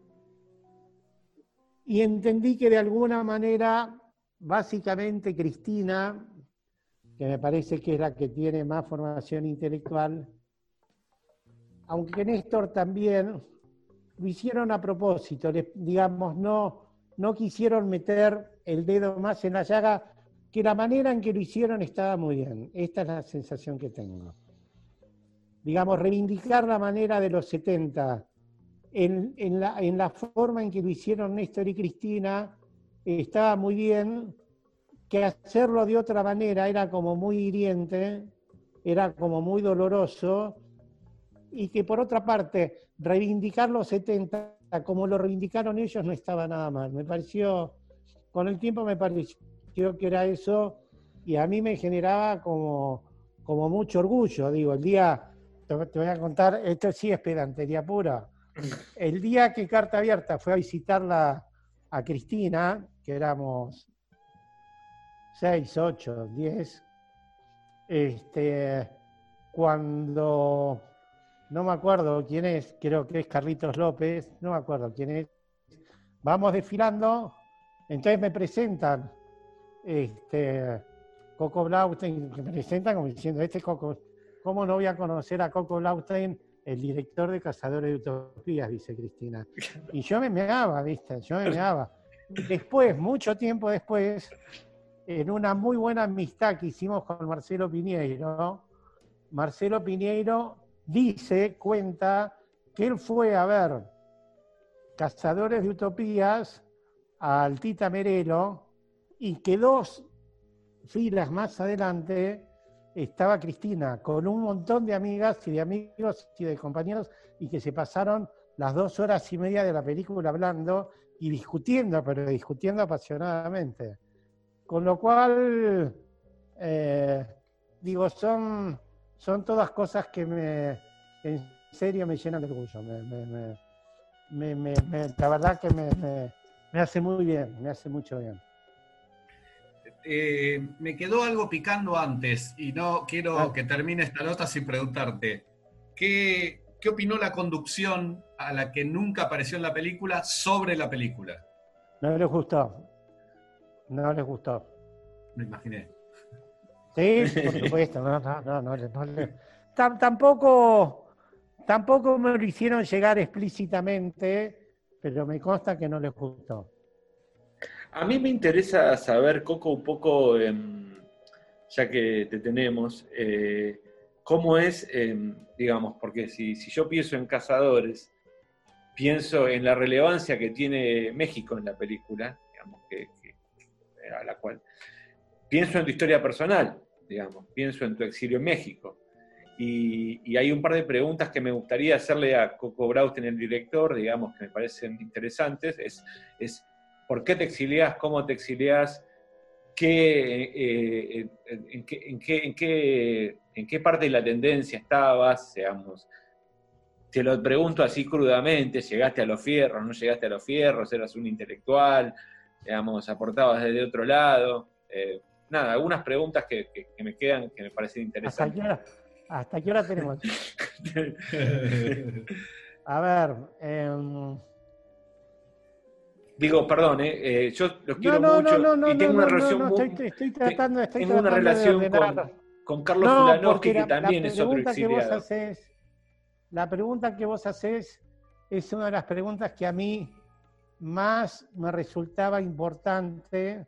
y entendí que de alguna manera, básicamente Cristina, que me parece que es la que tiene más formación intelectual, aunque Néstor también, lo hicieron a propósito, digamos, no quisieron meter el dedo más en la llaga, que la manera en que lo hicieron estaba muy bien. Esta es la sensación que tengo. Digamos, reivindicar la manera de los 70 en la forma en que lo hicieron Néstor y Cristina estaba muy bien, que hacerlo de otra manera era como muy hiriente, era como muy doloroso, y que por otra parte, reivindicar los 70 como lo reivindicaron ellos no estaba nada mal. Con el tiempo me pareció que era eso, y a mí me generaba como mucho orgullo. Digo, el día, te voy a contar, esto sí es pedantería pura, El día que Carta Abierta fue a visitarla a Cristina, que éramos 6, 8, 10, cuando, no me acuerdo quién es, creo que es Carlitos López, no me acuerdo quién es, vamos desfilando, entonces me presentan Coco Blaustein, que me presentan como diciendo, Coco, ¿cómo no voy a conocer a Coco Blaustein, el director de Cazadores de Utopías? Dice Cristina. Y yo me meaba, ¿viste? Yo me meaba. Después, mucho tiempo después, en una muy buena amistad que hicimos con Marcelo Piñeiro cuenta que él fue a ver Cazadores de Utopías al Tita Merelo y que 2 filas más adelante estaba Cristina con un montón de amigas y de amigos y de compañeros y que se pasaron las 2 horas y media de la película hablando y discutiendo, pero discutiendo apasionadamente. Con lo cual, digo, son todas cosas que en serio me llenan de orgullo. La verdad que me hace muy bien, me hace mucho bien. Me quedó algo picando antes y no quiero que termine esta nota sin preguntarte. ¿Qué opinó la conducción a la que nunca apareció en la película sobre la película? No les gustó. No les gustó. Me imaginé. Sí, por supuesto. Tampoco me lo hicieron llegar explícitamente, pero me consta que no les gustó. A mí me interesa saber, Coco, un poco, ya que te tenemos, cómo es, digamos, porque si yo pienso en Cazadores, pienso en la relevancia que tiene México en la película, digamos, a la cual pienso en tu historia personal, digamos, pienso en tu exilio en México. Y hay un par de preguntas que me gustaría hacerle a Coco Blaustein, el director, digamos, que me parecen interesantes. Es ¿por qué te exiliás? ¿Cómo te exiliás? ¿En qué parte de la tendencia estabas? Digamos, te lo pregunto así crudamente, ¿llegaste a los fierros? ¿No llegaste a los fierros? ¿Eras un intelectual? Digamos, ¿aportabas desde otro lado? Nada, algunas preguntas que me quedan, que me parecen interesantes. ¿Hasta qué hora tenemos? A ver... Digo, perdón, yo los quiero mucho y tengo una relación estoy tratando de ordenar. Con Carlos Fulanowski, que también es otro exiliado. La pregunta que vos hacés es una de las preguntas que a mí más me resultaba importante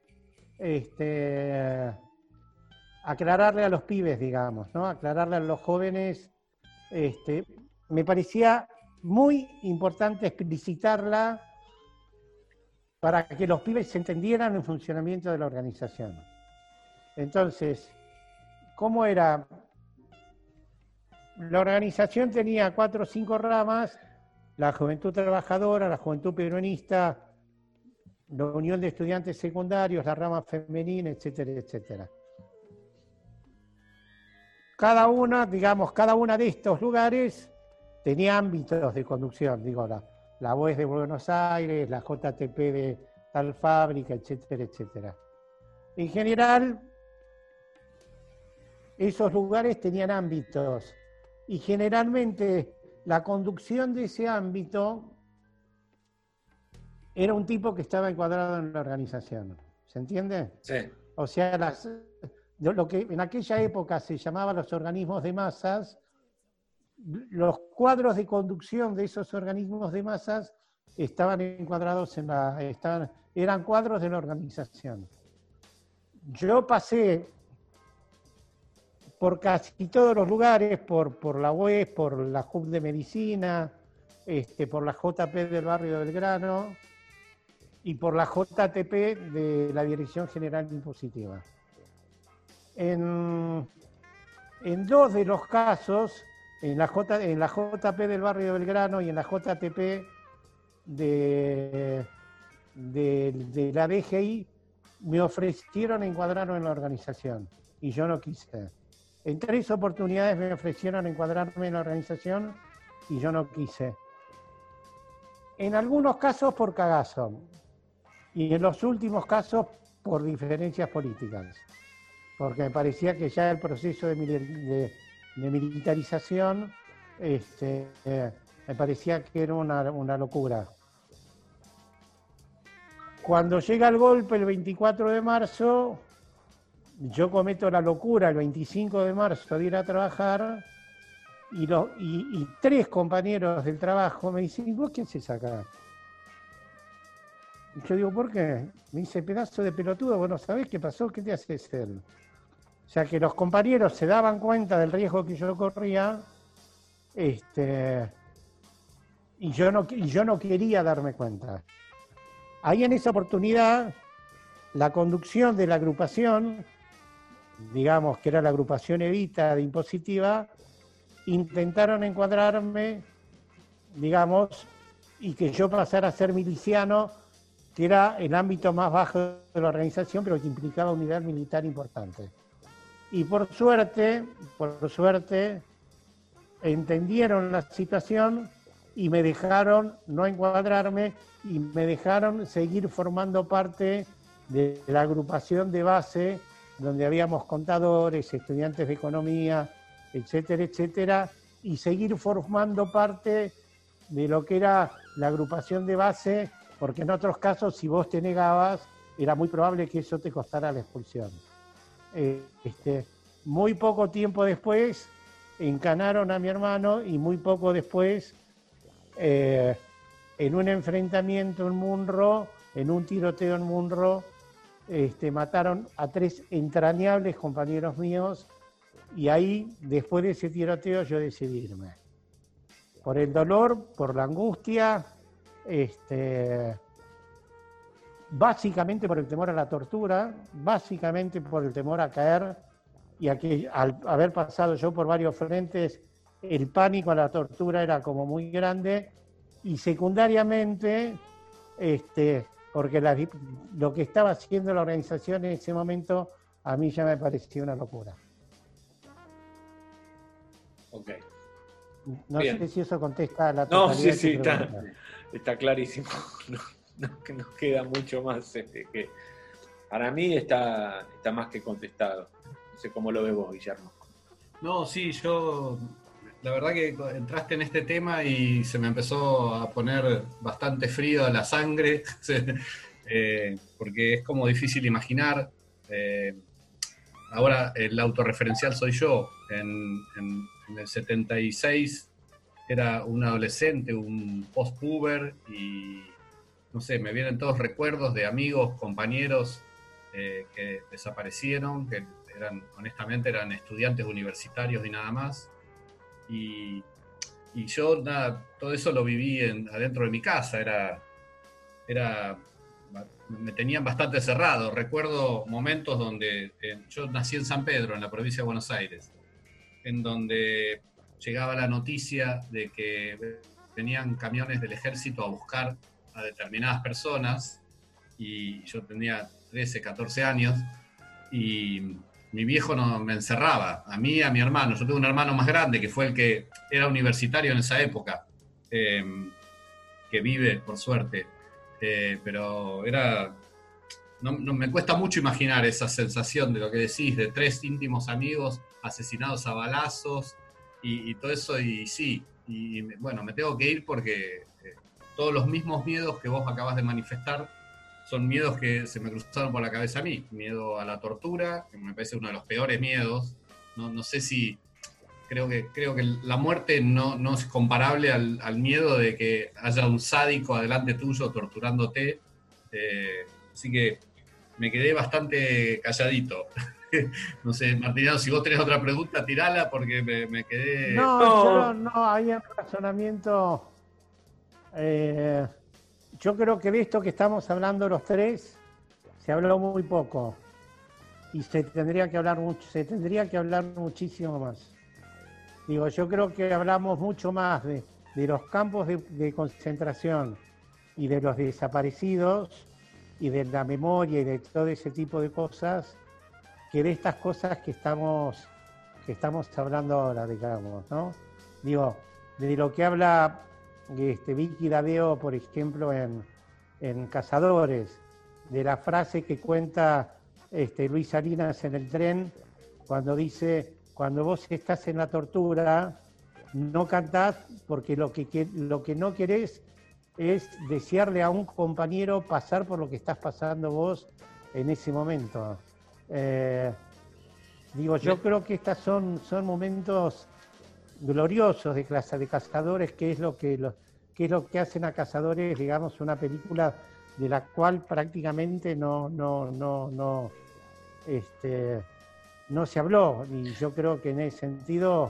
aclararle a los pibes, digamos, ¿no? Aclararle a los jóvenes. Me parecía muy importante explicitarla para que los pibes entendieran el funcionamiento de la organización. Entonces, ¿cómo era? La organización tenía 4 o 5 ramas: la Juventud Trabajadora, la Juventud Peronista, la Unión de Estudiantes Secundarios, la rama femenina, etcétera, etcétera. Cada una de estos lugares tenía ámbitos de conducción, digo, la UES de Buenos Aires, la JTP de tal fábrica, etcétera, etcétera. En general, esos lugares tenían ámbitos y generalmente la conducción de ese ámbito era un tipo que estaba encuadrado en la organización. ¿Se entiende? Sí. O sea, lo que en aquella época se llamaba los organismos de masas, los cuadros de conducción de esos organismos de masas estaban encuadrados eran cuadros de la organización. Yo pasé por casi todos los lugares, por la UES, por la JUB de Medicina, por la JP del barrio Belgrano y por la JTP de la Dirección General Impositiva. En 2 de los casos, en la JP del barrio Belgrano y en la JTP de la DGI, me ofrecieron encuadrarme en la organización y yo no quise. En 3 oportunidades me ofrecieron encuadrarme en la organización y yo no quise. En algunos casos por cagazo y en los últimos casos por diferencias políticas, porque me parecía que ya el proceso de militarización me parecía que era una locura. Cuando llega el golpe el 24 de marzo, yo cometo la locura el 25 de marzo de ir a trabajar y 3 compañeros del trabajo me dicen, ¿vos qué haces acá? Y yo digo, ¿por qué? Me dice, pedazo de pelotudo, vos no sabés qué pasó, ¿qué te hace hacer? O sea que los compañeros se daban cuenta del riesgo que yo corría, y yo no quería darme cuenta. Ahí en esa oportunidad, la conducción de la agrupación, digamos que era la agrupación Evita de Impositiva, intentaron encuadrarme, digamos, y que yo pasara a ser miliciano, que era el ámbito más bajo de la organización, pero que implicaba unidad militar importante. Y por suerte, entendieron la situación y me dejaron no encuadrarme y me dejaron seguir formando parte de la agrupación de base, donde habíamos contadores, estudiantes de economía, etcétera, etcétera, y seguir formando parte de lo que era la agrupación de base, porque en otros casos, si vos te negabas, era muy probable que eso te costara la expulsión. Muy poco tiempo después, encanaron a mi hermano y muy poco después, en un enfrentamiento en Munro, en un tiroteo en Munro, mataron a 3 entrañables compañeros míos y ahí, después de ese tiroteo, yo decidí irme. Por el dolor, por la angustia, básicamente por el temor a la tortura, básicamente por el temor a caer y a que al haber pasado yo por varios frentes, el pánico a la tortura era como muy grande y secundariamente, porque lo que estaba haciendo la organización en ese momento a mí ya me parecía una locura. Ok. No Bien. sé si eso contesta a la totalidad. No, sí, está clarísimo. No queda mucho más. Que para mí está más que contestado. No sé cómo lo ves vos, Guillermo. No, sí, yo la verdad que entraste en este tema y se me empezó a poner bastante frío la sangre, porque es como difícil imaginar. Ahora el autorreferencial soy yo. En el 76 era un adolescente, un post-puber y no sé, me vienen todos recuerdos de amigos, compañeros que desaparecieron, que honestamente eran estudiantes universitarios y nada más. Y yo todo eso lo viví adentro de mi casa, me tenían bastante cerrado. Recuerdo momentos donde yo nací en San Pedro, en la provincia de Buenos Aires, en donde llegaba la noticia de que venían camiones del ejército a buscar a determinadas personas y yo tenía 13, 14 años y mi viejo me encerraba, a mí y a mi hermano. Yo tengo un hermano más grande que fue el que era universitario en esa época, que vive, por suerte, pero me cuesta mucho imaginar esa sensación de lo que decís, de 3 íntimos amigos asesinados a balazos y todo eso, y sí, y bueno, me tengo que ir porque todos los mismos miedos que vos acabas de manifestar son miedos que se me cruzaron por la cabeza a mí. Miedo a la tortura, que me parece uno de los peores miedos. No sé si... Creo que la muerte no es comparable al miedo de que haya un sádico adelante tuyo torturándote. Así que me quedé bastante calladito. No sé, Martiniano, si vos tenés otra pregunta, tirala porque me quedé... No, hay un razonamiento... yo creo que de esto que estamos hablando los 3 se habló muy poco y se tendría que hablar muchísimo más. Digo, yo creo que hablamos mucho más de los campos de concentración y de los desaparecidos y de la memoria y de todo ese tipo de cosas que de estas cosas que estamos hablando ahora, digamos, ¿no? Digo, de lo que habla Vicky la veo, por ejemplo, en Cazadores, de la frase que cuenta Luis Salinas en el tren, cuando dice, cuando vos estás en la tortura, no cantás porque lo que no querés es desearle a un compañero pasar por lo que estás pasando vos en ese momento. Yo creo que estos son momentos gloriosos de Cazadores, que es lo que hacen a Cazadores, digamos, una película de la cual prácticamente no se habló. Y yo creo que en ese sentido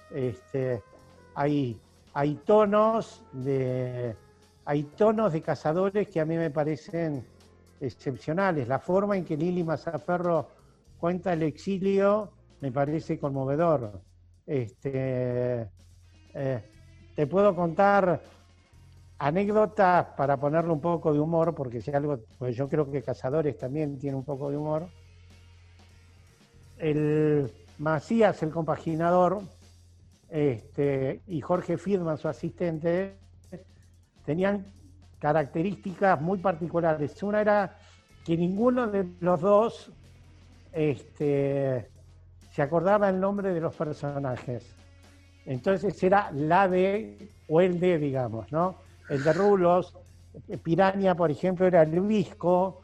hay tonos de Cazadores que a mí me parecen excepcionales. La forma en que Lili Mazzaferro cuenta el exilio me parece conmovedor. Te puedo contar anécdotas para ponerle un poco de humor, porque si algo, pues yo creo que Cazadores también tiene un poco de humor. El Macías, el compaginador, y Jorge Friedman, su asistente, tenían características muy particulares. Una era que ninguno de los dos se acordaba el nombre de los personajes. Entonces era la de o el de, digamos, ¿no? El de Rulos, Piraña, por ejemplo, era el Luisco,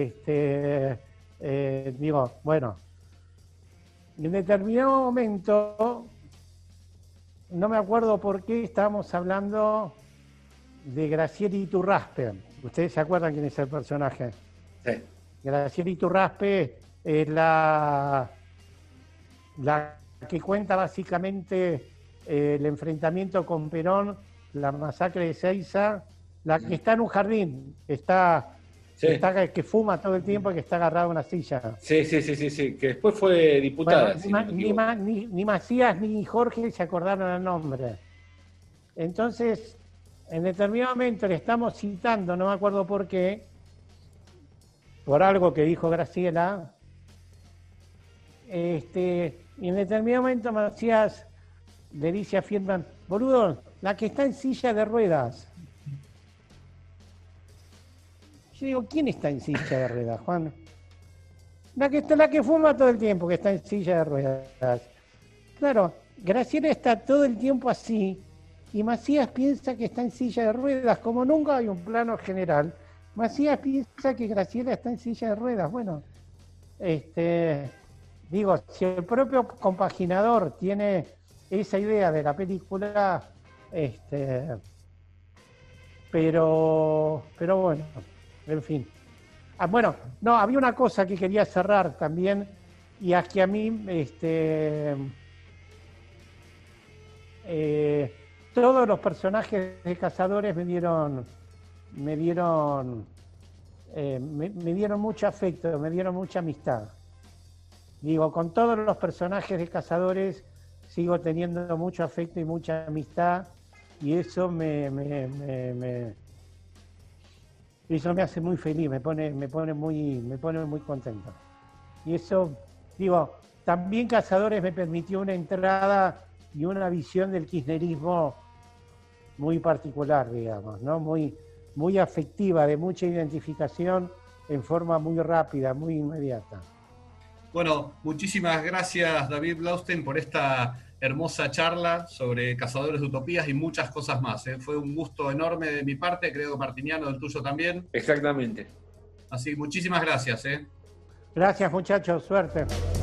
bueno. En determinado momento, no me acuerdo por qué, estábamos hablando de Graciela Iturraspe. ¿Ustedes se acuerdan quién es el personaje? Sí. Graciela Iturraspe es la que cuenta básicamente el enfrentamiento con Perón, la masacre de Seiza, la que está en un jardín, que fuma todo el tiempo y que está agarrada a una silla. Sí, que después fue diputada. Bueno, ni Macías ni Jorge se acordaron el nombre. Entonces, en determinado momento le estamos citando, no me acuerdo por qué, por algo que dijo Graciela, y en determinado momento Macías le dice a Friedman, boludo, la que está en silla de ruedas. Yo digo, ¿quién está en silla de ruedas, Juan? La que fuma todo el tiempo, que está en silla de ruedas. Claro, Graciela está todo el tiempo así, y Macías piensa que está en silla de ruedas. Como nunca hay un plano general, Macías piensa que Graciela está en silla de ruedas. Bueno, si el propio compaginador tiene esa idea de la película, pero bueno, en fin. Había una cosa que quería cerrar también, y es que a mí todos los personajes de Cazadores me dieron mucho afecto, me dieron mucha amistad. Con todos los personajes de Cazadores sigo teniendo mucho afecto y mucha amistad, y eso me hace muy feliz, me pone muy contento. Y eso, también Cazadores me permitió una entrada y una visión del kirchnerismo muy particular, digamos, ¿no? Muy afectiva, de mucha identificación en forma muy rápida, muy inmediata. Bueno, muchísimas gracias, David Blaustein, por esta hermosa charla sobre Cazadores de Utopías y muchas cosas más. Fue un gusto enorme de mi parte, creo que Martiniano, del tuyo también. Exactamente. Así que muchísimas gracias. Gracias, muchachos, suerte.